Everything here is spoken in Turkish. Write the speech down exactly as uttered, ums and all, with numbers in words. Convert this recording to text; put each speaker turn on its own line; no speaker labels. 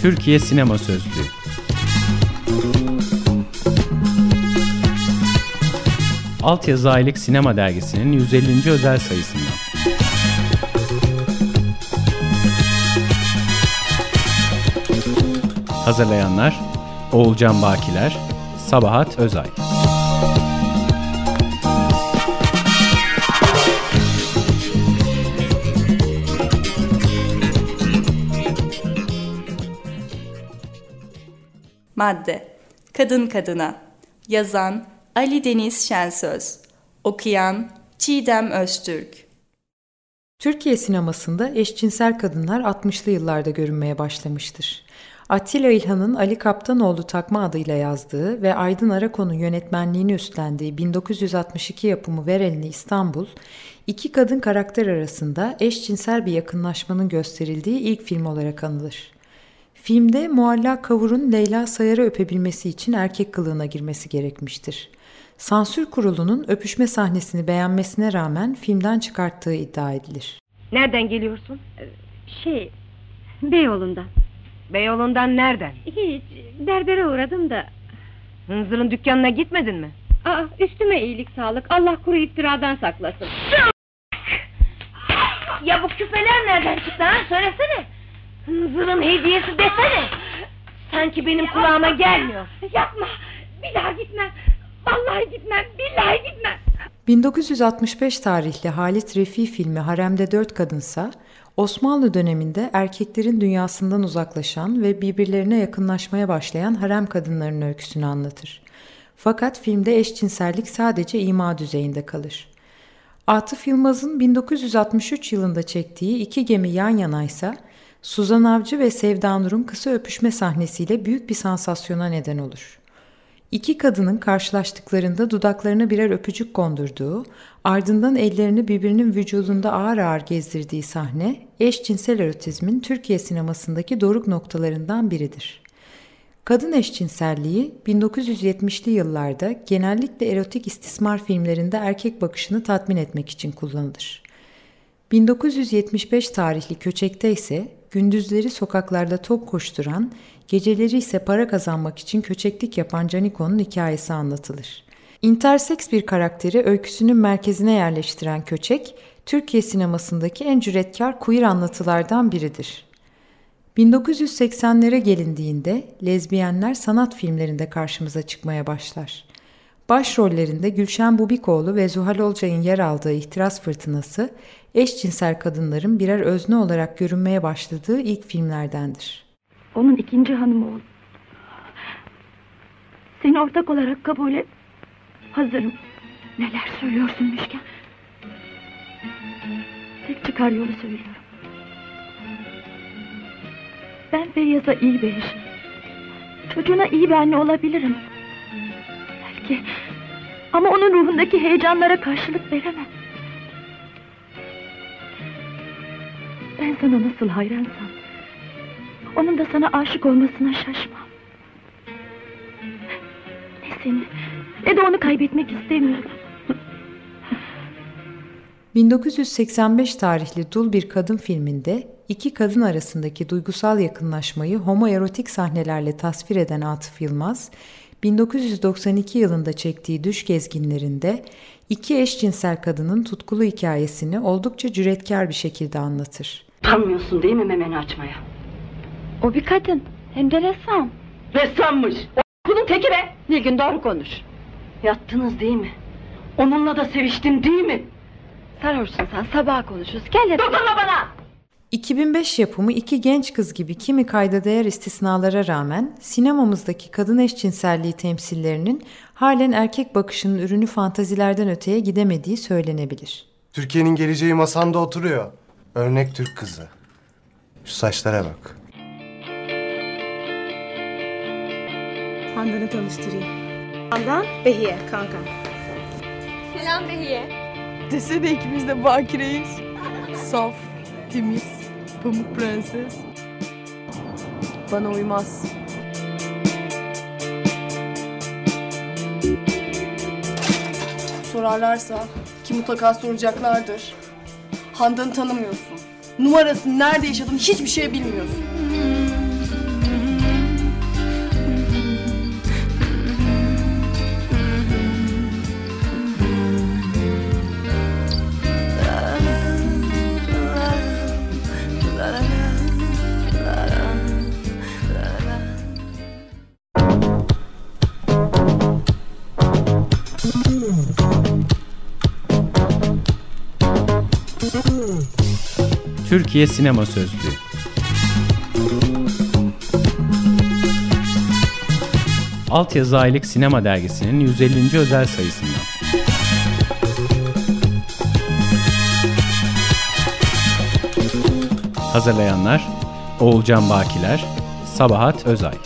Türkiye Sinema Sözlüğü. Altyazı Aylık Sinema Dergisi'nin yüz ellinci özel sayısından. Hazırlayanlar Oğulcan Bakiler, Sabahat Özay.
Madde Kadın Kadına. Yazan Ali Deniz Şensöz. Okuyan Çiğdem Öztürk.
Türkiye sinemasında eşcinsel kadınlar altmışlı yıllarda görünmeye başlamıştır. Attila İlhan'ın Ali Kaptanoğlu takma adıyla yazdığı ve Aydın Arakon'un yönetmenliğini üstlendiği bin dokuz yüz altmış iki yapımı Ver Elini İstanbul, iki kadın karakter arasında eşcinsel bir yakınlaşmanın gösterildiği ilk film olarak anılır. Filmde Mualla Kavur'un Leyla Sayar'ı öpebilmesi için erkek kılığına girmesi gerekmiştir. Sansür kurulunun öpüşme sahnesini beğenmesine rağmen filmden çıkarttığı iddia edilir.
Nereden geliyorsun?
Şey, Beyoğlu'ndan.
Beyoğlu'ndan nereden?
Hiç, berbere uğradım da.
Hınzır'ın dükkanına gitmedin mi?
Aa, üstüme iyilik sağlık, Allah kuru iftiradan saklasın.
Ya bu küpeler nereden çıktı ha? Söylesene. Hınzır'ın hediyesi desene. Sanki benim kulağıma gelmiyor.
Yapma, bir daha gitmem. Vallahi gitmem, billahi gitmem.
bin dokuz yüz altmış beş tarihli Halit Refi filmi Haremde Dört Kadınsa, Osmanlı döneminde erkeklerin dünyasından uzaklaşan ve birbirlerine yakınlaşmaya başlayan harem kadınlarının öyküsünü anlatır. Fakat filmde eşcinsellik sadece ima düzeyinde kalır. Atıf Yılmaz'ın bin dokuz yüz altmış üç yılında çektiği İki Gemi Yan Yanaysa, Suzan Avcı ve Sevda Nur'un kısa öpüşme sahnesiyle büyük bir sansasyona neden olur. İki kadının karşılaştıklarında dudaklarına birer öpücük kondurduğu, ardından ellerini birbirinin vücudunda ağır ağır gezdirdiği sahne, eşcinsel erotizmin Türkiye sinemasındaki doruk noktalarından biridir. Kadın eşcinselliği bin dokuz yüz yetmişli yıllarda genellikle erotik istismar filmlerinde erkek bakışını tatmin etmek için kullanılır. bin dokuz yüz yetmiş beş tarihli Köçek'te ise gündüzleri sokaklarda top koşturan, geceleri ise para kazanmak için köçeklik yapan Caniko'nun hikayesi anlatılır. İnterseks bir karakteri öyküsünün merkezine yerleştiren Köçek, Türkiye sinemasındaki en cüretkar queer anlatılardan biridir. bin dokuz yüz seksenlere gelindiğinde lezbiyenler sanat filmlerinde karşımıza çıkmaya başlar. Başrollerinde Gülşen Bubikoğlu ve Zuhal Olcay'ın yer aldığı İhtiras Fırtınası, eşcinsel kadınların birer özne olarak görünmeye başladığı ilk filmlerdendir.
Onun ikinci hanımı ol. Seni ortak olarak kabul et. Hazırım. Neler söylüyorsun Müşken? Tek çıkar yolu söylüyorum. Ben Feyyaz'a iyi bir eşim. Çocuğuna iyi bir anne olabilirim. Belki. Ama onun ruhundaki heyecanlara karşılık veremem. Ben sana nasıl hayransam, onun da sana aşık olmasına şaşmam. Ne seni, ne de onu kaybetmek istemiyorum.
bin dokuz yüz seksen beş tarihli Dul Bir Kadın filminde iki kadın arasındaki duygusal yakınlaşmayı homoerotik sahnelerle tasvir eden Atıf Yılmaz, bin dokuz yüz doksan iki yılında çektiği Düş Gezginlerinde iki eşcinsel kadının tutkulu hikayesini oldukça cüretkar bir şekilde anlatır.
Utanmıyorsun değil mi memeni açmaya?
O bir kadın, hem de ressam.
Ressammış! O kulun teki be!
Nilgün doğru konuş.
Yattınız değil mi? Onunla da seviştin değil mi?
Sarhoşsun sen, sabaha konuşuruz. Gel hadi.
Dokunma bana!
iki bin beş yapımı iki genç kız gibi kimi kayda değer istisnalara rağmen sinemamızdaki kadın eşcinselliği temsillerinin halen erkek bakışının ürünü fantazilerden öteye gidemediği söylenebilir.
Türkiye'nin geleceği masanda oturuyor. Örnek Türk kızı. Şu saçlara bak.
Handan'ı tanıştırayım. Handan, Behiye kanka.
Selam Behiye.
Desene ikimiz de bakireyiz. Saf, temiz, pamuk prenses. Bana uymaz. Sorarlarsa ki mutlaka soracaklardır. Handan'ı tanımıyorsun. Numarasını, nerede yaşadığını hiçbir şey bilmiyorsun.
Türkiye Sinema Sözlüğü. Altyazı Aylık Sinema Dergisi'nin yüz ellinci özel sayısından. Hazırlayanlar Oğulcan Bakiler, Sabahat Özay.